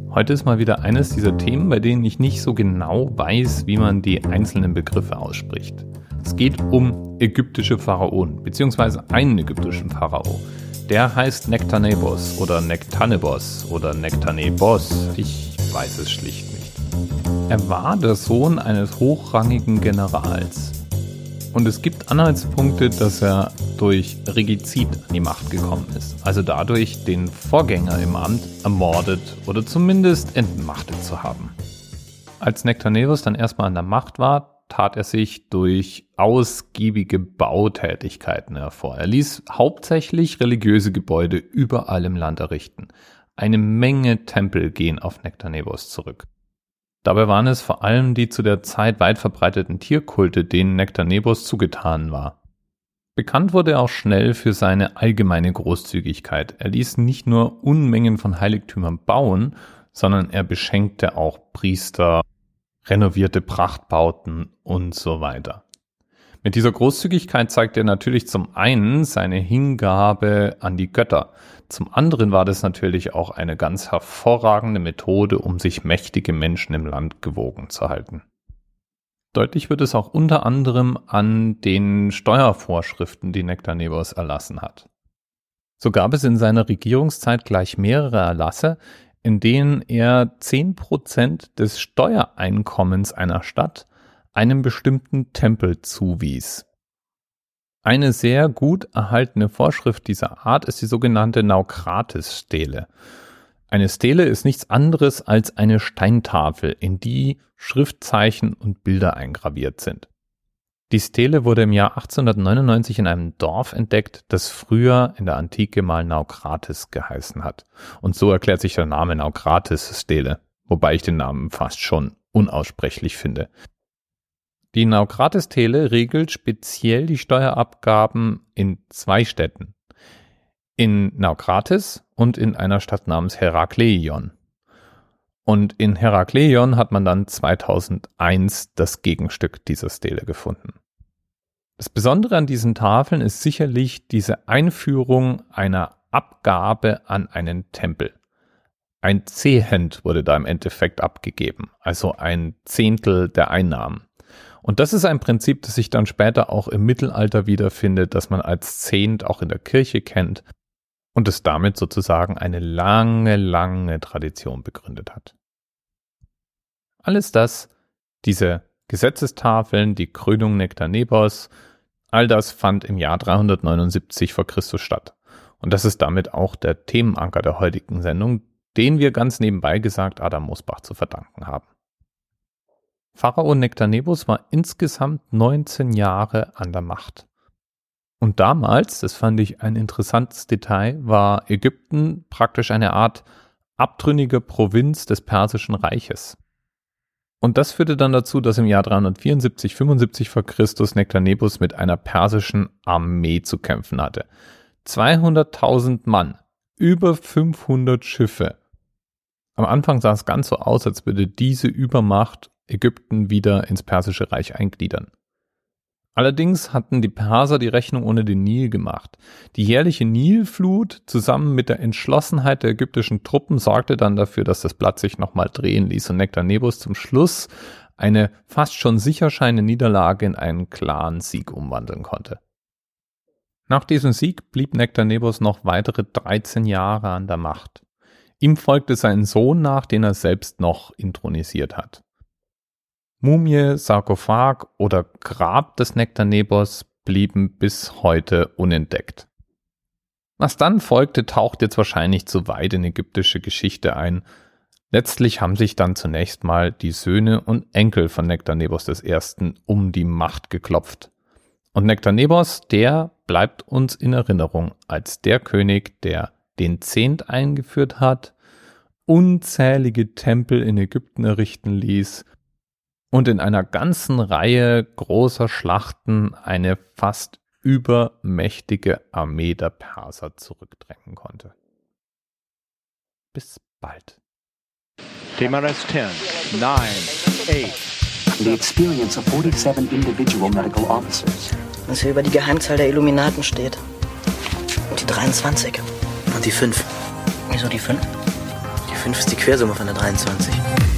Heute ist mal wieder eines dieser Themen, bei denen ich nicht so genau weiß, wie man die einzelnen Begriffe ausspricht. Es geht um ägyptische Pharaonen, beziehungsweise einen ägyptischen Pharao. Der heißt Nektanebos oder Nektanebos oder Nektanebos. Ich weiß es schlicht nicht. Er war der Sohn eines hochrangigen Generals. Und es gibt Anhaltspunkte, dass er durch Regizid an die Macht gekommen ist. Also dadurch, den Vorgänger im Amt ermordet oder zumindest entmachtet zu haben. Als Nektanebos dann erstmal an der Macht war, tat er sich durch ausgiebige Bautätigkeiten hervor. Er ließ hauptsächlich religiöse Gebäude überall im Land errichten. Eine Menge Tempel gehen auf Nektanebos zurück. Dabei waren es vor allem die zu der Zeit weit verbreiteten Tierkulte, denen Nektanebos zugetan war. Bekannt wurde er auch schnell für seine allgemeine Großzügigkeit. Er ließ nicht nur Unmengen von Heiligtümern bauen, sondern er beschenkte auch Priester, renovierte Prachtbauten und so weiter. Mit dieser Großzügigkeit zeigte er natürlich zum einen seine Hingabe an die Götter. Zum anderen war das natürlich auch eine ganz hervorragende Methode, um sich mächtige Menschen im Land gewogen zu halten. Deutlich wird es auch unter anderem an den Steuervorschriften, die Nektanebos erlassen hat. So gab es in seiner Regierungszeit gleich mehrere Erlasse, in denen er 10% des Steuereinkommens einer Stadt einem bestimmten Tempel zuwies. Eine sehr gut erhaltene Vorschrift dieser Art ist die sogenannte Naukratis-Stele. Eine Stele ist nichts anderes als eine Steintafel, in die Schriftzeichen und Bilder eingraviert sind. Die Stele wurde im Jahr 1899 in einem Dorf entdeckt, das früher in der Antike mal Naukratis geheißen hat. Und so erklärt sich der Name Naukratis-Stele, wobei ich den Namen fast schon unaussprechlich finde. Die Naukratis-Stele regelt speziell die Steuerabgaben in 2 Städten. In Naukratis und in einer Stadt namens Herakleion. Und in Herakleion hat man dann 2001 das Gegenstück dieser Stele gefunden. Das Besondere an diesen Tafeln ist sicherlich diese Einführung einer Abgabe an einen Tempel. Ein Zehent wurde da im Endeffekt abgegeben, also ein Zehntel der Einnahmen. Und das ist ein Prinzip, das sich dann später auch im Mittelalter wiederfindet, das man als Zehnt auch in der Kirche kennt und es damit sozusagen eine lange, lange Tradition begründet hat. Alles das, diese Gesetzestafeln, die Krönung Nektanebos, all das fand im Jahr 379 vor Christus statt. Und das ist damit auch der Themenanker der heutigen Sendung, den wir ganz nebenbei gesagt Adam Mosbach zu verdanken haben. Pharao Nektanebos war insgesamt 19 Jahre an der Macht. Und damals, das fand ich ein interessantes Detail, war Ägypten praktisch eine Art abtrünnige Provinz des Persischen Reiches. Und das führte dann dazu, dass im Jahr 374/75 vor Christus Nektanebos mit einer persischen Armee zu kämpfen hatte. 200.000 Mann, über 500 Schiffe. Am Anfang sah es ganz so aus, als würde diese Übermacht Ägypten wieder ins Persische Reich eingliedern. Allerdings hatten die Perser die Rechnung ohne den Nil gemacht. Die jährliche Nilflut zusammen mit der Entschlossenheit der ägyptischen Truppen sorgte dann dafür, dass das Blatt sich nochmal drehen ließ und Nektanebos zum Schluss eine fast schon sicher scheinende Niederlage in einen klaren Sieg umwandeln konnte. Nach diesem Sieg blieb Nektanebos noch weitere 13 Jahre an der Macht. Ihm folgte sein Sohn nach, den er selbst noch intronisiert hat. Mumie, Sarkophag oder Grab des Nektanebos blieben bis heute unentdeckt. Was dann folgte, taucht jetzt wahrscheinlich zu weit in ägyptische Geschichte ein. Letztlich haben sich dann zunächst mal die Söhne und Enkel von Nektanebos I. um die Macht geklopft. Und Nektanebos, der bleibt uns in Erinnerung als der König, der den Zehnt eingeführt hat, unzählige Tempel in Ägypten errichten ließ und in einer ganzen Reihe großer Schlachten eine fast übermächtige Armee der Perser zurückdrängen konnte. Bis bald. TMRS 10, 9, 8. The experience of 47 individual medical officers. Was hier über die Geheimzahl der Illuminaten steht. Und die 23. Und die 5. Wieso die 5? Die 5 ist die Quersumme von der 23.